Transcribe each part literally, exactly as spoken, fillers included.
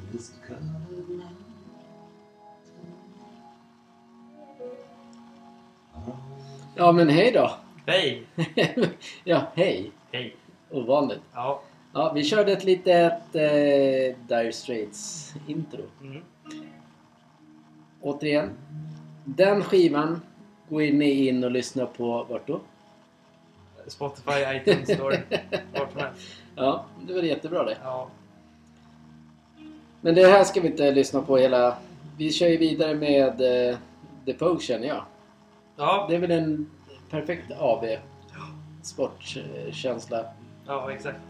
Ja, men hej då. Hej. Ja, hej. Hej. Ovanligt. Ja. Ja, vi körde ett litet eh, Dire Straits intro. Mm. Återigen. Den skivan går ni in och lyssnar på vart då? Spotify, iTunes Store. Vart som helst. Ja, det var jättebra det. Ja. Men det här ska vi inte lyssna på hela... Vi kör ju vidare med eh, The Potion, ja. Ja. Det är väl en perfekt A V sportkänsla. Ja, exakt.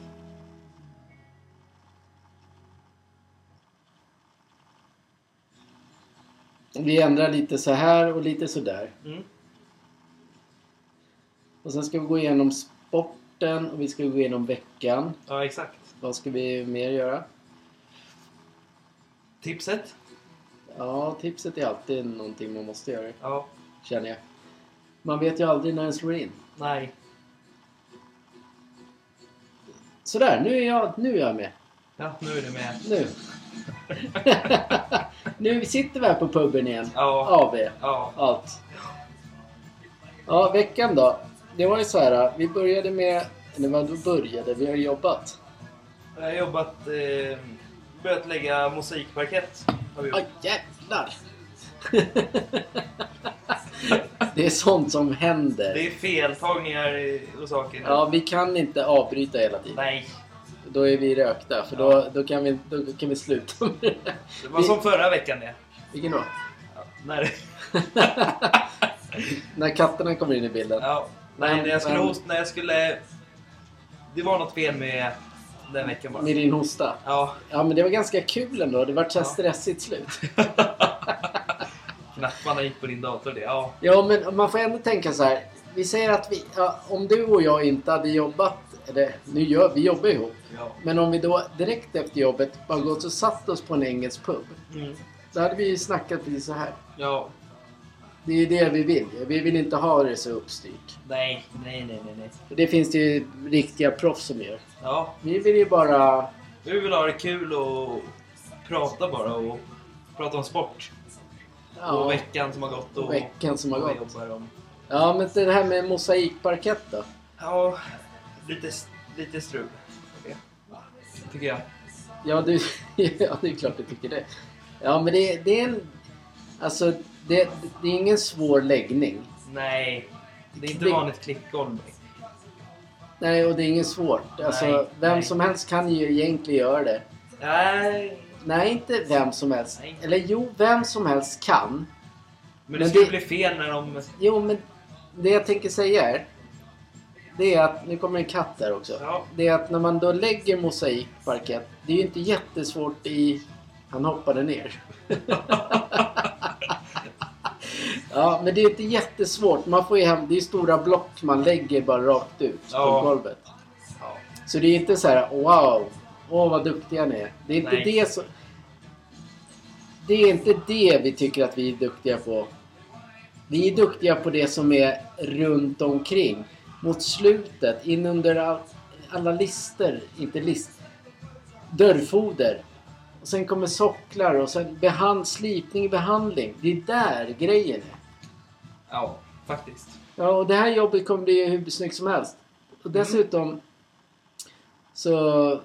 Vi ändrar lite så här och lite så där. Mm. Och sen ska vi gå igenom sporten och vi ska gå igenom veckan. Ja, exakt. Vad ska vi mer göra? Tipset? Ja, tipset är alltid någonting man måste göra, Ja. känner jag. Man vet ju aldrig när den slår in. Nej. Sådär, nu är jag, nu är jag med. Ja, nu är du med. Nu. Nu sitter vi här på puben igen. Ja. A V. Ja. Allt. Ja, veckan då. Det var ju så här. Vi började med... Eller vad då började? Vi har jobbat. Jag har jobbat... Eh, börjat lägga musikparkett. Har vi gjort. Aj, jävlar! Det är sånt som händer. Det är feltagningar och saker. Ja, vi kan inte avbryta hela tiden. Nej. Då är vi rökta. För Ja. då, då, kan vi, då kan vi sluta med det. Det var som förra veckan det. Vilken då? Ja, när... När katterna kommer in i bilden. Ja. Nej, Men- när jag skulle men- hosta, när jag skulle... Det var något fel med den veckan bara. Med din hosta. Ja. Ja, men det var ganska kul ändå. Det var så här Ja. stressigt slut. Knapparna gick på din dator det. Ja. Ja, men man får ändå tänka så här. Vi säger att vi, ja, om du och jag inte hade jobbat, eller nu gör vi jobbar ihop. Ja. Men om vi då direkt efter jobbet bara gått och satt oss på en engelsk pub. Mm. Då hade vi ju snackat precis så här. Ja. Det är ju det vi vill. Vi vill inte ha det så uppstyrt. Nej, nej, nej, nej, nej. Det finns det ju riktiga proffs som gör. Ja. Vi vill ju bara... Vi vill ha det kul och prata bara och prata om sport. Ja, Och veckan som har gått och, och veckan som har och gått. jobbar om. Ja, men det här med mosaikparkett då? Ja, lite, lite strul. Okay. Tycker jag. Ja, du, ja, det är klart du tycker det. Ja, men det, det är en... Alltså, det, det är ingen svår läggning. Nej, det är inte Det- vanligt klickgolv. Nej, och det är inget svårt. Alltså, Nej, vem nej. som helst kan ju egentligen göra det. Nej, Nej, inte vem som helst. Nej. Eller jo, vem som helst kan. men det Men skulle det- bli fel när de... Jo, men det jag tänker säga är... Det är att... Nu kommer en katt där också. Ja. Det är att när man då lägger mosaikparkett... Det är ju inte jättesvårt i... Han hoppade ner. Ja, men det är inte jättesvårt. Man får ju hem... Det är stora block man lägger bara rakt ut Ja. på golvet. Ja. Så det är inte så här, wow, åh vad duktiga ni är. Det är inte Nej. det som... Det är inte det vi tycker att vi är duktiga på. Vi är duktiga på det som är runt omkring. Mot slutet, in under all, alla lister, inte list, dörrfoder. Och sen kommer socklar och sen behand, slipning, behandling. Det är där grejen är. Ja, faktiskt. Ja, och det här jobbet kommer bli hur snyggt som helst. Och dessutom så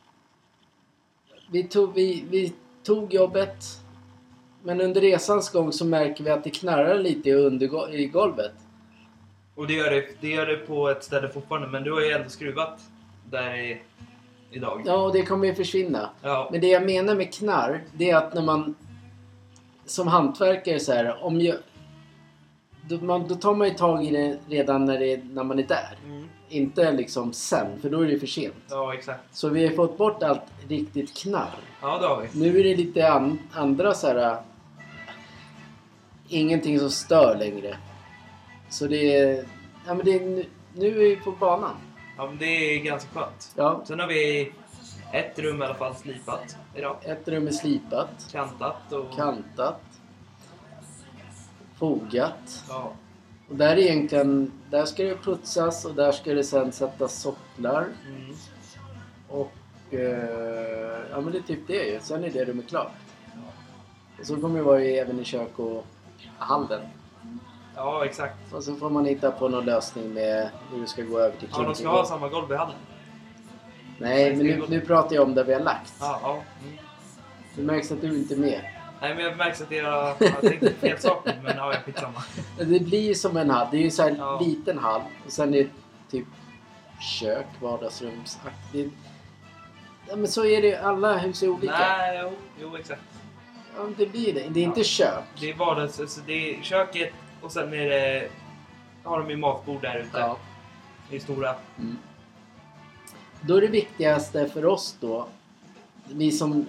vi tog, vi, vi tog jobbet, men under resans gång så märker vi att det knarrar lite i, under, i golvet. Och det gör det, det gör det på ett ställe fortfarande, men du har ju ändå skruvat där i, idag. Ja, och det kommer ju försvinna. Ja. Men det jag menar med knarr, det är att när man som hantverkare så här, om jag, då, man, då tar man ju tag i det redan när, det, när man är där. Mm. Inte liksom sen, för då är det för sent. Ja, exakt. Så vi har fått bort allt riktigt knarr. Ja, det har vi. Nu är det lite an, andra så här. Ingenting som stör längre. Så det är... Ja, men det är nu, nu är vi på banan. Ja, men det är ganska skönt. Ja, Sen har vi ett rum i alla fall slipat idag. ett rum är slipat, Kantat och... kantat, fogat. Ja. Och där är egentligen... Där ska det putsas och där ska det sen sättas socklar. Mm. Och... Eh, Ja, men det är typ det ju. Sen är det rummet klart. Och så kommer det vara i, även i kök och hallen. Ja, exakt. Och så får man hitta på någon lösning med hur du ska gå över till Ja, de ska ha samma golv i hallen. Nej, men nu, nu pratar jag om där vi har lagt. Ja, ja. Mm. Det märks att du inte är med. Nej, men jag märks att jag har tänkt fel saker, men ja, jag fick samma. Det blir ju som en hall. Det är ju så här Ja. liten hall. Och sen är det typ kök, vardagsrumsaktigt. Ja, men så är det. Alla hus är olika. Nej, jo, jo exakt. Ja, det blir det. Det är inte kök. Det är vardags, alltså det är köket och sen är det, har de ju matbord där ute. Ja. Det är stora. Mm. Då är det viktigaste för oss då, vi som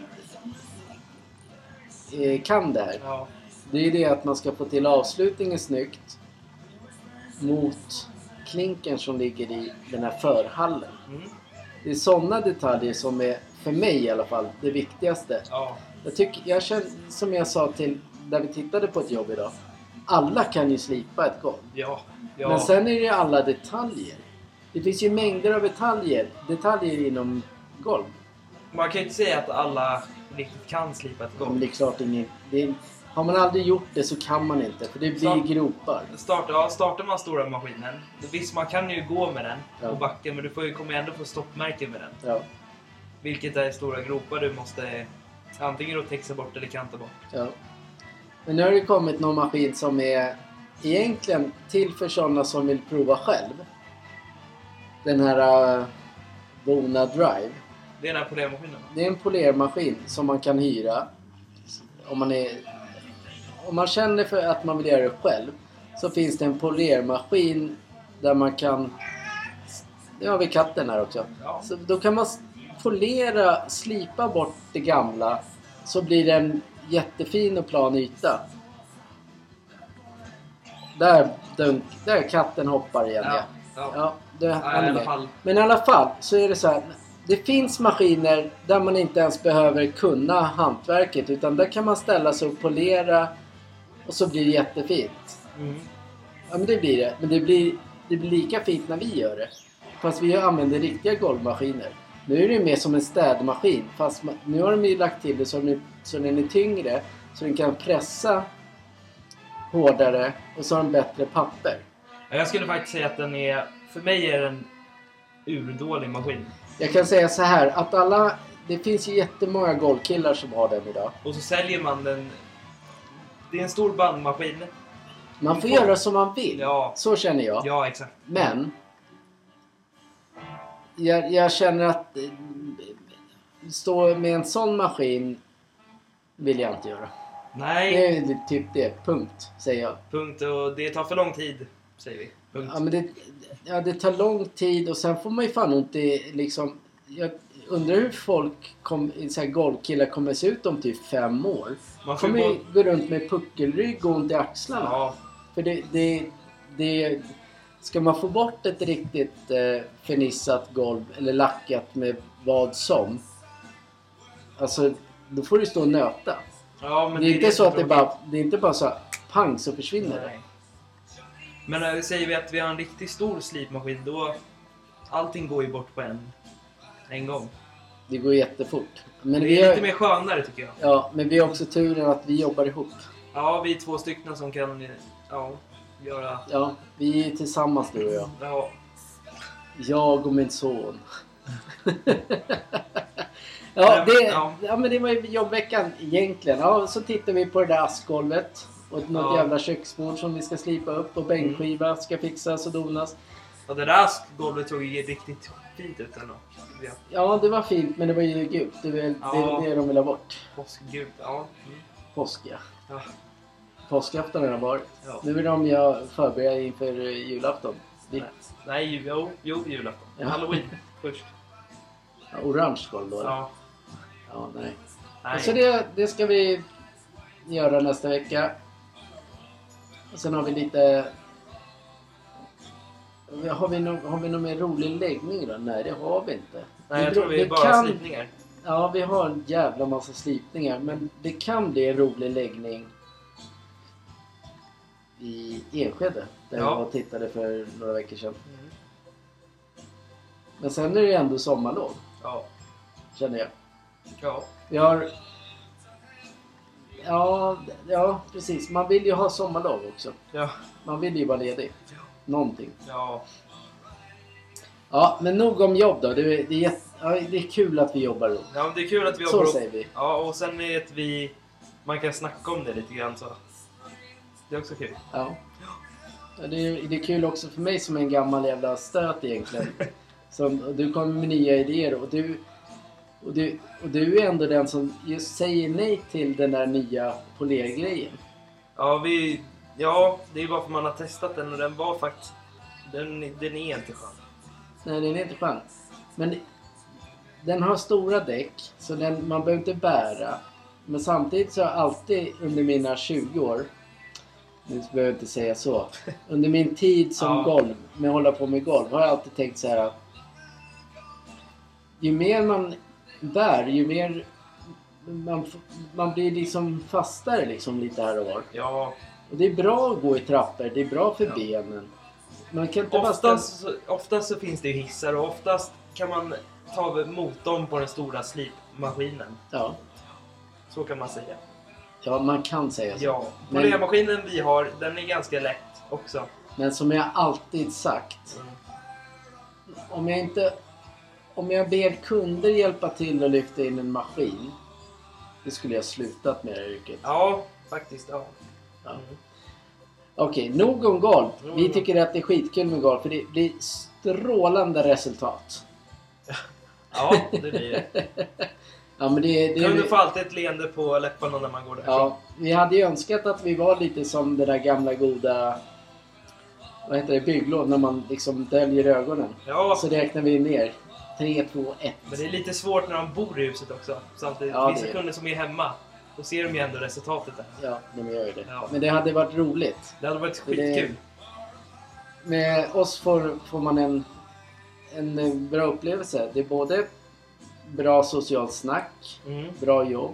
eh, kan det här, Ja. det är det att man ska få till avslutningen snyggt mot klinken som ligger i den här förhallen. Mm. Det är sådana detaljer som är, för mig i alla fall, det viktigaste. Ja. Jag tycker, jag känner, som jag sa till, där vi tittade på ett jobb idag, alla kan ju slipa ett golv. Ja. Ja. Men sen är det alla detaljer. Det finns ju mängder av detaljer, detaljer inom golv. Man kan ju inte säga att alla riktigt kan slipa ett Ja, men golv. det är klart ingen, det är, har man aldrig gjort det så kan man inte, för det blir Så- gropar. Start, ja, startar man stora maskinen, då visst man kan ju gå med den Ja. och backa, men du får ju, kommer ju ändå få stoppmärken med den. Ja, Vilket är stora gropar du måste antingen då texa bort eller kanta bort. ja. Men nu har det kommit någon maskin som är egentligen till för sådana som vill prova själv. Den här uh, Bona Drive. Det är den här polermaskinen. Det är en polermaskin som man kan hyra. Om man, är, om man känner för att man vill göra det själv, så finns det en polermaskin där man kan... Nu har vi katten här också. Ja. Så då kan man polera, slipa bort det gamla, så blir det en jättefin och plan yta. Där, dunk, där katten hoppar igen. Ja. Ja. Ja. Ja, det, Ja, han i är alla med. fall. Men i alla fall så är det så här. Det finns maskiner där man inte ens behöver kunna hantverket, utan där kan man ställa sig och polera och så blir det jättefint. Mm. Ja, men det blir det. Men det blir, det blir lika fint när vi gör det. Fast vi använder riktiga golvmaskiner. Nu är det mer som en städmaskin. Fast ma- nu har de ju lagt till det så, den är, så den är tyngre. Så den kan pressa hårdare och så har den bättre papper. Ja, jag skulle faktiskt säga att den är, för mig är den urdålig maskin. Jag kan säga så här att alla... Det finns ju jättemånga golvkillar som har den idag. Och så säljer man den. Det är en stor bandmaskin. Man får Du får- göra som man vill. Ja. Så känner jag. Ja, exakt. Men jag, jag känner att eh, stå med en sån maskin vill jag inte göra. Nej, Det är typ det. Punkt, säger jag. punkt. Och det tar för lång tid, säger vi. Punkt. Ja, men det, ja, det tar lång tid och sen får man ju fan inte liksom... Jag undrar hur folk, kom, så här golvkillar kommer se ut om typ fem år. Man får Kommer ju ju gå runt med puckelrygg och ont i axlarna. Ja, För det, det, det... Ska man få bort ett riktigt eh, fernissat golv eller lackat med vad som, alltså då får du stå och nöta. ja men Det är inte det så att det tråkigt. bara, det är inte bara så här, pang så försvinner det. Nej. Men äh, säger vi att vi har en riktigt stor slipmaskin, då allting går ju bort på en, en gång. Det går jättefort. Men Det vi är har, lite mer skönare tycker jag. ja, men vi har också turen att vi jobbar ihop. Ja, vi är två stycken som kan ja, göra... Ja, vi är tillsammans du och jag. Ja, Jag och min son. Ja, det, Ja. ja, men det var ju jobbveckan egentligen. Ja, så tittar vi på det där askgolvet. Och något Ja. jävla köksbord som vi ska slipa upp. Och bänkskiva ska fixas och donas. och det där golvet såg ju riktigt fint ut ändå. Ja, Ja, det var fint men det var ju gult. Det är väl Ja. det, är det de vill ha bort. påskgult, ja. Mm. Påsk, ja. Ja. Påskafton har det varit. Ja. Nu är de jag förbereder inför eh, julafton. Vitt. Nej, ju- jo, jo, julafton. Ja. Halloween först. Ja, orange golv då. eller? Ja. Ja, nej. Nej. Så det, det ska vi göra nästa vecka. Och sen har vi lite... Har vi, no, har vi någon mer rolig läggning då? Nej, det har vi inte. Nej, jag Det- tror vi är det bara kan- slipningar. Ja, vi har en jävla massa slipningar. Men det kan bli en rolig läggning i Enskede. Där Ja. jag var och tittade för några veckor sedan. Mm. Men sen är det ändå sommarlov, Ja. känner jag. Ja. Vi har... Ja, ja, precis. Man vill ju ha sommarlov också. Ja. Man vill ju vara ledig. Någonting. Ja. Ja, men nog om jobb då. Det är, det är, jätte, ja, det är kul att vi jobbar upp. Ja, men det är kul att vi Så jobbar säger upp. vi. Ja, och sen är att vi... Man kan snacka om det lite grann så. Det är också kul. Ja. Ja, det, är, det är kul också för mig som en gammal jävla stöt egentligen. Som, och du kommer med nya idéer och du, och, du, och du är ändå den som just säger nej till den där nya polergrejen. Ja, vi... Ja, det är bara för man har testat den och den var faktiskt... Den, den är inte skön. Nej, den är inte skön. Men den har stora däck så den, man behöver inte bära. Men samtidigt så har jag alltid under mina tjugo år, nu behöver jag inte säga så, under min tid som Ja. golv, med att hålla på med golv, har jag alltid tänkt så här att ju mer man bär, ju mer man, man blir liksom fastare liksom lite här och var. Ja, Och det är bra att gå i trappor, det är bra för Ja. benen. Man kan inte bara oftast, så- oftast så finns det ju hissar och oftast kan man ta motorn på den stora slipmaskinen. Ja, Så kan man säga. ja, man kan säga så. Ja, Men- polermaskinen vi har, den är ganska lätt också. Men som jag alltid sagt, Mm. om jag inte om jag ber kunder hjälpa till att lyfta in en maskin, det skulle jag slutat med det här yrket. Ja, faktiskt. Ja. Ja. Mm. Okej, nog om golf. Nog Vi om- tycker att det är skitkul med golf för det blir strålande resultat. Ja, det blir det. Ja, men det, det Kunden får alltid ett leende på läpparna när man går därifrån. ja, vi hade ju önskat att vi var lite som det där gamla goda, vad heter det, bygglov när man liksom döljer ögonen. Ja, Så räknar vi ner. tre, två, ett. men det är lite svårt när de bor i huset också. Samtidigt, Ja, vissa det är. kunder som är hemma, då ser de ju ändå resultatet där. Ja, de gör ju det. Ja. Men det hade varit roligt. Det hade varit Så det- skitkul. Med oss får, får man en, en eh, bra upplevelse. Det är både bra socialt snack, Mm. bra jobb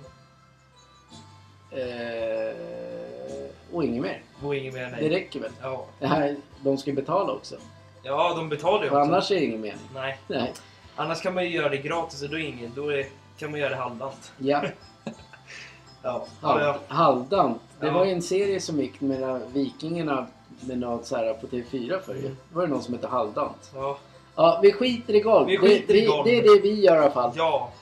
Mm. eh, och inget mer. Och inget mer, Det nej. räcker väl. Ja. Det här, de ska betala också. Ja, de betalar ju För också. annars är det ingen mening. Nej. Nej. Annars kan man ju göra det gratis och då, är ingen, då är, kan man göra det halvdant. Ja, Ja. Hal- Ja, Halvdant. Det Ja. var ju en serie som gick med några Vikingarna med något så här på T V fyra förr ju. Mm. Det var det någon som hette Halvdant. ja. Ja, vi skiter i golf. Vi skiter det, i vi- golf. Det är det vi gör i alla fall. Ja.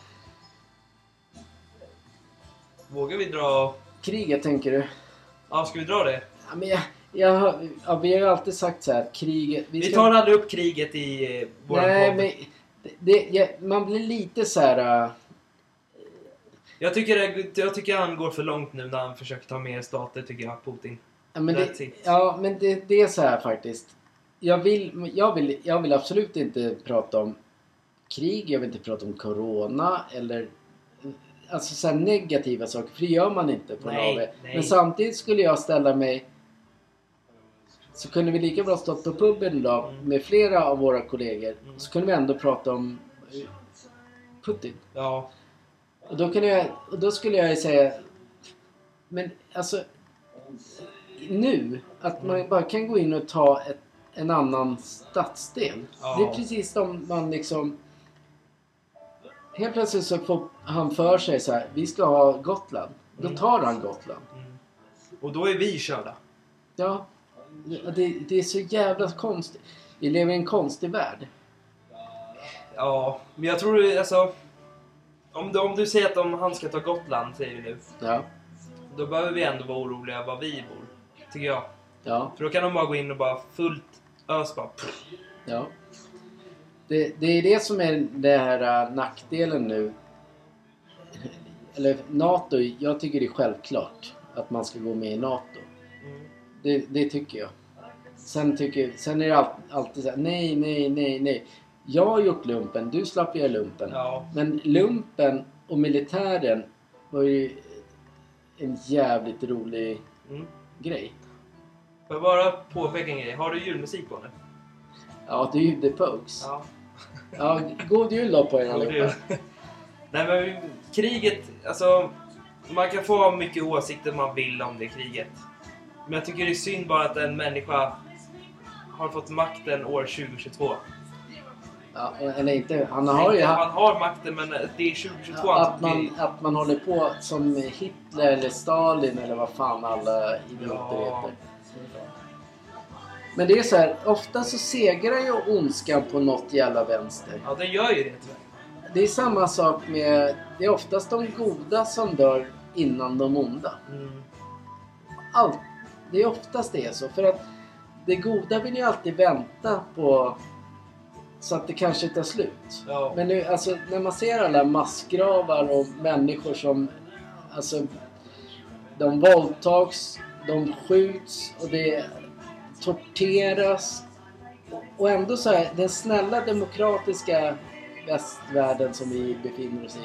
Vågar vi dra... Kriget tänker du? Ja, ska vi dra det? Ja, men jag, jag, har- ja, vi har ju alltid sagt så här att kriget... Vi ska- tar aldrig upp kriget i eh, våran Nej, podd. men det, det, ja, man blir lite så här... äh, Jag tycker, det, jag tycker han går för långt nu när han försöker ta mer stater, tycker jag, Putin. Ja, men, That's det, it. ja, men det, det är så här faktiskt. Jag vill, jag, vill, jag vill absolut inte prata om krig. Jag vill inte prata om corona eller alltså så här negativa saker. För det gör man inte på Nej, Nave. nej. Men samtidigt skulle jag ställa mig... Så kunde vi lika bra stått på puben idag Mm. med flera av våra kollegor. Mm. Så kunde vi ändå prata om eh, Putin. Ja. Och då, kunde jag, och då skulle jag ju säga... Men alltså... Nu, att man bara kan gå in och ta ett, en annan stadsdel. Ja. Det är precis som man liksom... Helt plötsligt så får han för sig så här: vi ska ha Gotland. Då Mm. tar han Gotland. Mm. Och då är vi körda. Ja, det, det är så jävla konstigt. Vi lever i en konstig värld. Ja, men jag tror alltså... Om du, om du säger att om han ska ta Gotland, säger vi nu. Ja, Då behöver vi ändå vara oroliga var vi bor. Tycker jag. ja, För då kan de bara gå in och bara fullt ös bara... pff. ja. Det, det är det som är den här äh, nackdelen nu. Eller NATO, jag tycker det är självklart att man ska gå med i NATO. Mm. Det, det tycker jag. Sen, tycker, sen är det all, alltid så här: nej, nej, nej, nej. Jag har gjort lumpen, du slapp göra lumpen. Ja. Men lumpen och militären var ju en jävligt rolig Mm. grej. Får jag bara påpeka en grej? Har du julmusik på nu? Ja, det är ju The Pokes. Ja. Ja, god jul då på er Jo, allihopa. det- Nej men kriget, alltså man kan få ha mycket åsikter man vill om det kriget. Men jag tycker det är synd bara att en människa har fått makten år tjugo tjugotvå. Ja, eller inte. Han har ju... Han har makten, men det är tjugohundratjugotvå. Ja, att, man, att man håller på som Hitler eller Stalin eller vad fan alla idioter Ja. heter. Men det är så här, ofta så segrar ju ondskan på något jävla vänster. Ja, det gör ju det tyvärr. Det är samma sak med... Det är oftast de goda som dör innan de onda. Mm. Allt. Det är oftast det är så. För att det goda vill ju alltid vänta på... Så att det kanske tar slut. Ja. Men nu, alltså, när man ser alla massgravar och människor som... Alltså... De våldtags, de skjuts och det torteras. Och ändå så här, den snälla demokratiska västvärlden som vi befinner oss i.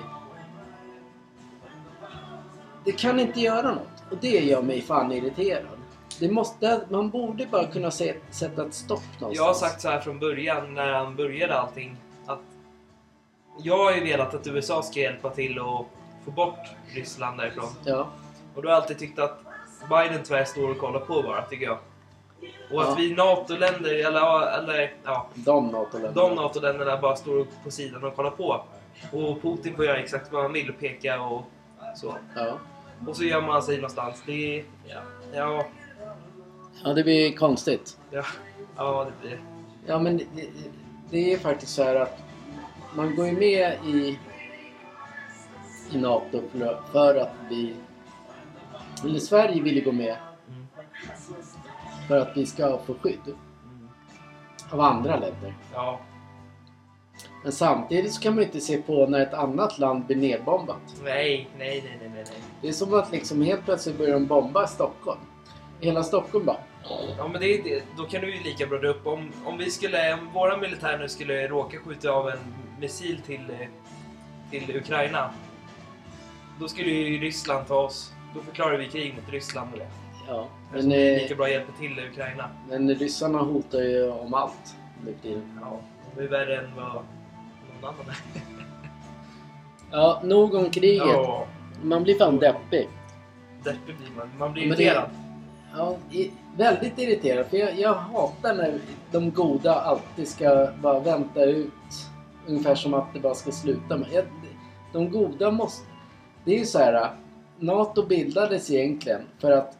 Det kan inte göra något. Och det gör mig fan irriterad. Det måste, man borde bara kunna se, sätta ett stopp någonstans. Jag har sagt så här från början när han började allting. Att jag har ju velat att U S A ska hjälpa till och få bort Ryssland därifrån. Ja. Och då har jag alltid tyckt att Biden tyvärr står och kollar på bara, tycker jag. Och att Ja. vi NATO-länder, eller, eller ja, De NATO-länderna. de NATO-länderna bara står på sidan och kollar på. Och Putin får göra exakt vad han vill och peka och så. Ja. Och så gör man sig någonstans. Det är... Ja. Ja. Ja, det blir konstigt. Ja, ja det blir... Ja, men det, det är faktiskt så här att man går ju med i, i NATO för, för att vi... Eller Sverige vill ju gå med Mm. för att vi ska få skydd Mm. av andra länder. Ja. Men samtidigt så kan man ju inte se på när ett annat land blir nedbombat. Nej, nej, nej, nej, nej. Det är som att liksom helt plötsligt börjar de bomba Stockholm. Hela Stockholm bara. Ja, men det är det. Då kan du ju lika bra dra upp om, om vi skulle, om våra militär nu skulle råka skjuta av en missil till, eh, till Ukraina. Då skulle ju Ryssland ta oss. Då förklarar vi krig mot Ryssland med det. Ja, Men men, vi eh, lika bra hjälpa till Ukraina. men ryssarna hotar ju om allt. nu för tiden. Ja, de är värre än vad någon annan är. Ja, nog om kriget. Ja, Man blir fan deppig. deppig blir man. Man blir Men det- irriterad. Ja, i, väldigt irriterad. För jag, jag hatar när de goda alltid ska bara vänta ut. Ungefär som att det bara ska sluta med. Jag, de goda måste... Det är ju så här. NATO bildades egentligen för att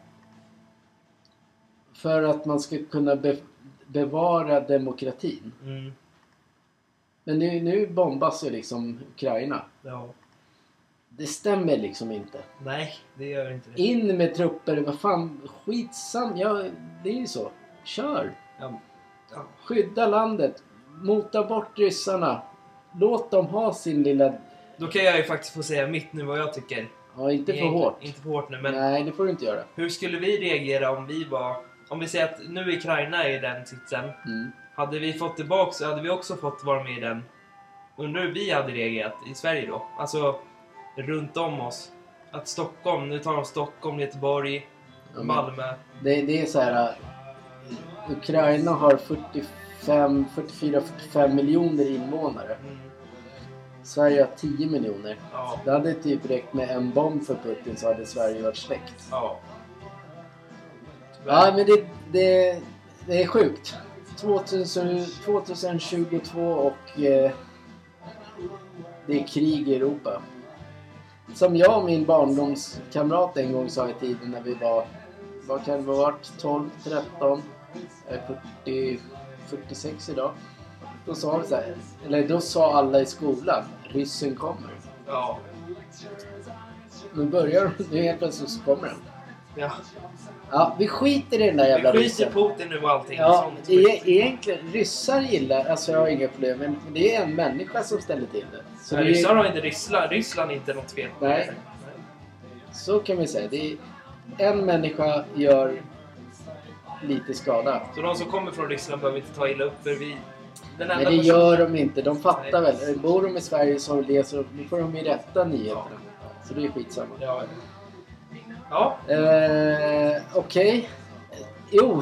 för att man ska kunna be, bevara demokratin. Mm. Men nu, nu bombas ju liksom Ukraina. Ja. Det stämmer liksom inte. Nej, det gör inte det. In med trupper, vad fan, skitsam. Ja, det är ju så. Kör. Ja. Ja. Skydda landet. Mota bort ryssarna. Låt dem ha sin lilla... Då kan jag ju faktiskt få säga mitt nu vad jag tycker. Ja, inte för Egentligen- hårt. Inte för hårt nu, men Nej, det får du inte göra. hur skulle vi reagera om vi var... Om vi säger att nu är Ukraina i den sitsen. Mm. Hade vi fått tillbaka så hade vi också fått vara med i den. Undrar hur vi hade reagerat i Sverige då. Alltså runt om oss. Att Stockholm, nu tar de Stockholm, Göteborg, Ja, men Malmö. det, det är så här... äh, Ukraina har fyrtiofem, fyrtiofyra, fyrtiofem miljoner invånare. Mm, Sverige har tio miljoner. ja, Det hade typ räckt med en bomb för Putin så hade Sverige varit släckt. ja. Ja, men det, det, det är sjukt. tjugohundratjugotvå och eh, det är krig i Europa. Som jag och min barndomskamrat en gång sa i tiden när vi var, vad kan det ha varit, tolv, tretton, jag är fyrtio, fyrtiosex idag. Då sa vi så här, eller då sa alla i skolan, ryssen kommer. Ja, Nu börjar nu helt plötsligt så kommer den. ja. Ja, vi skiter i den där jävla Vi skiter ryssen. Putin nu och allting. Ja, sånt. det är egentligen, ryssar gillar, alltså jag har inga problem, men det är en människa som ställer till det. Så, Så det ryssar är, har inte Ryssland, Ryssland är inte något fel. Nej. så kan vi säga, det är, en människa gör lite skada. Så de som kommer från Ryssland behöver inte ta illa upp för vi... Den enda Men det personen- gör de inte, de fattar väl. Bor de i Sverige så läser de, nu får de ju rätta nyheterna. Så det är skitsamma. Ja. Ja. Eh, Okej. Jo,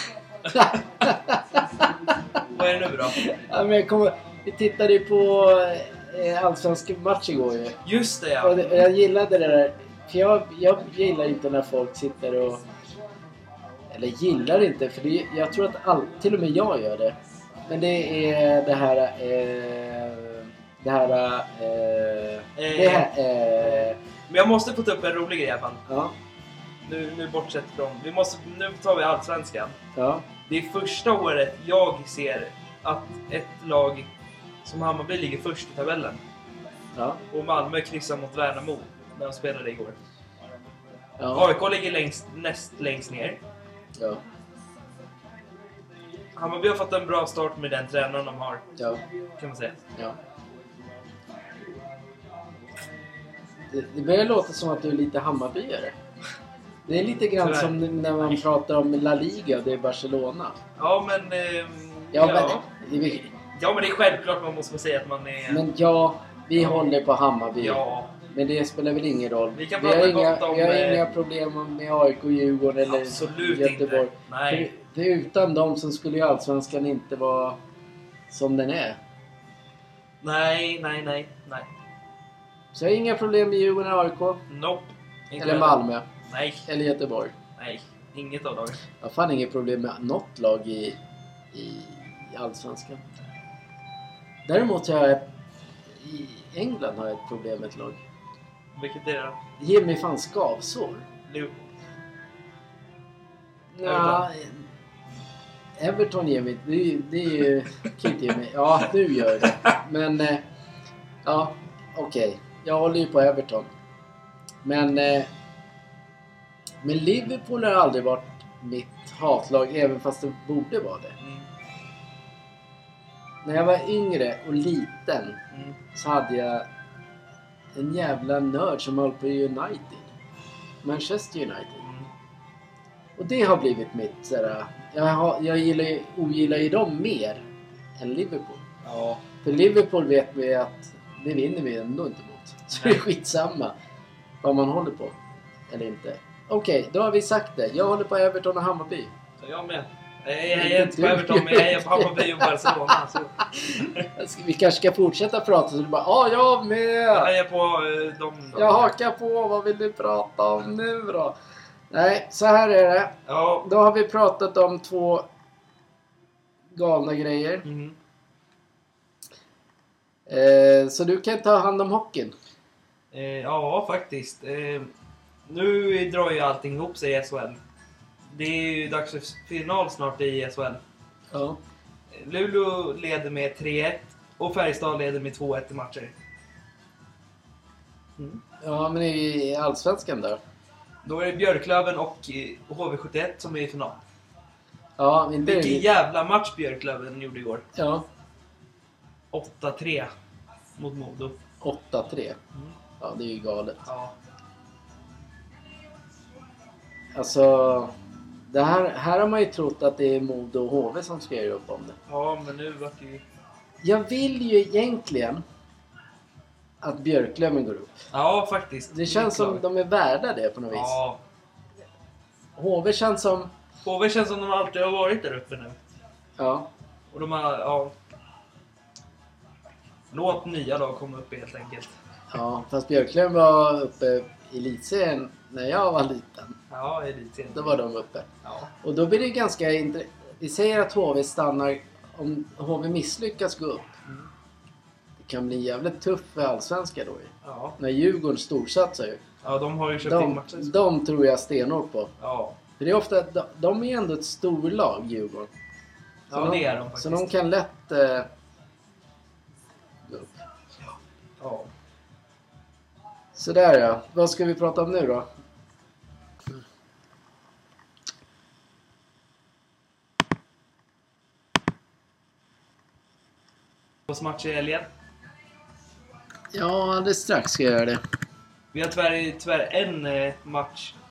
Vad är det nu då? ja, men jag kommer, vi tittade ju på eh, allsvensk match igår ju. Just det, Och ja. det, jag gillade det där. För jag, jag gillar inte när folk sitter och... Eller gillar inte, för det, jag tror att all, till och med jag gör det. Men det är det här... Eh, det här... Eh, det här eh, Men jag måste få ta upp en rolig grej i alla fall. ja. Nu, nu bortsett från... Vi måste, nu tar vi Allsvenskan. Ja. Det är första året jag ser att ett lag som Hammarby ligger först i tabellen. Ja. Och Malmö kryssar mot Värnamo när de spelade igår. Ja. A I K ligger längst, näst längst ner. Ja. Hammarby har fått en bra start med den tränaren de har, Ja. kan man säga. Ja. Det, det börjar låta som att du är lite Hammarbyare. Det är lite grann Tyvärr. som när man pratar om La Liga och det är Barcelona. Ja, men... Eh, Ja, ja. Men, det, ja, men det är självklart man måste säga att man är... men ja, vi håller på Hammarby. Ja, Men det spelar väl ingen roll. Vi kan vi har, prata inga, gott om, vi har eh, inga problem med A I K, Djurgården eller absolut Göteborg. inte. Nej. För, för utan dem så skulle ju Allsvenskan inte vara som den är. Nej, nej, nej, nej. Så jag har inga problem med Djurgården, A I K. Nope. Inte Eller heller. Malmö. Nej, Eller Göteborg. nej. Inget av lagen. Jag har fan inget problem med något lag i, i Allsvenskan. Däremot har jag i England har jag ett problem med ett lag. Vilket är det då? Ge mig fan skavsår. Liverpool. Ja, Everton ger mig... Det, är ju- det är ju... Kan inte ge mig... Ja, du gör det. Men... Eh, ja, okej. Okay. Jag håller ju på Everton. Men... Eh, men Liverpool har aldrig varit mitt hatlag, även fast det borde vara det. Mm. När jag var yngre och liten Mm. så hade jag en jävla nörd som höll på United. Manchester United. Mm. Och det har blivit mitt sådär... Jag, har, jag gillar ju, ogillar ju dem mer än Liverpool. Ja. För Liverpool vet vi att det vinner vi ändå inte mot. Så det är skitsamma vad man håller på. Eller inte. Okej, okay, då har vi sagt det. Jag håller på Everton och Hammarby. Så jag med. Nej, jag är inte på Everton, men jag är på Hammarby och Barcelona. Så. Vi kanske ska fortsätta prata så du bara, ja, jag med! Jag är på eh, de... Jag hakar på, vad vill du prata om nu då? Nej, så här är det. Ja. Då har vi pratat om två galna grejer. Mm. Eh, så du kan ta hand om hockeyn. Eh, ja, faktiskt. Eh, nu drar ju allting ihop sig i S H L. Det är ju dags för final snart i S H L. Ja. Luleå leder med tre ett och Färjestad leder med två ett i matcher. Mm. Ja, men i Allsvenskan där. Då är det Björklöven och eh, H V sjuttioett som är i final. Ja, men det Vilken jävla match Björklöven gjorde igår. Ja, åtta tre mot Modo. åtta tre. Mm. Ja, det är ju galet. Ja. Alltså, det här, här har man ju trott att det är Modo och H V som ska göra upp om det. Ja, men nu vart det ju... Jag vill ju egentligen att Björklöven går upp. Ja, faktiskt. Det känns som de är värda det på något vis. Ja. H V känns som... H V känns som de alltid har varit där uppe nu. Ja, Och de har, ja... Låt nya lag komma upp helt enkelt. ja, fast Björklöven var uppe i elitserien när jag var liten. Ja, elitserien. Då var de uppe. Ja. Och då blir det ganska intressant. Vi säger att H V stannar, om H V misslyckas gå upp. Mm. Det kan bli jävligt tufft för Allsvenskan då ju. Ja. När Djurgården storsatsar ju. Ja, de har ju köpt in De, matcher. de tror jag stenhårt på. Ja. För det är ofta, de, de är ändå ett storlag, Djurgården. Så Ja, de, det är de faktiskt. Så de kan lätt eh, gå upp. Ja. Sådär ja. Vad ska vi prata om nu då? Match i helgen. Ja, alldeles strax ska jag göra det. Vi har tyvärr, tyvärr en eh, match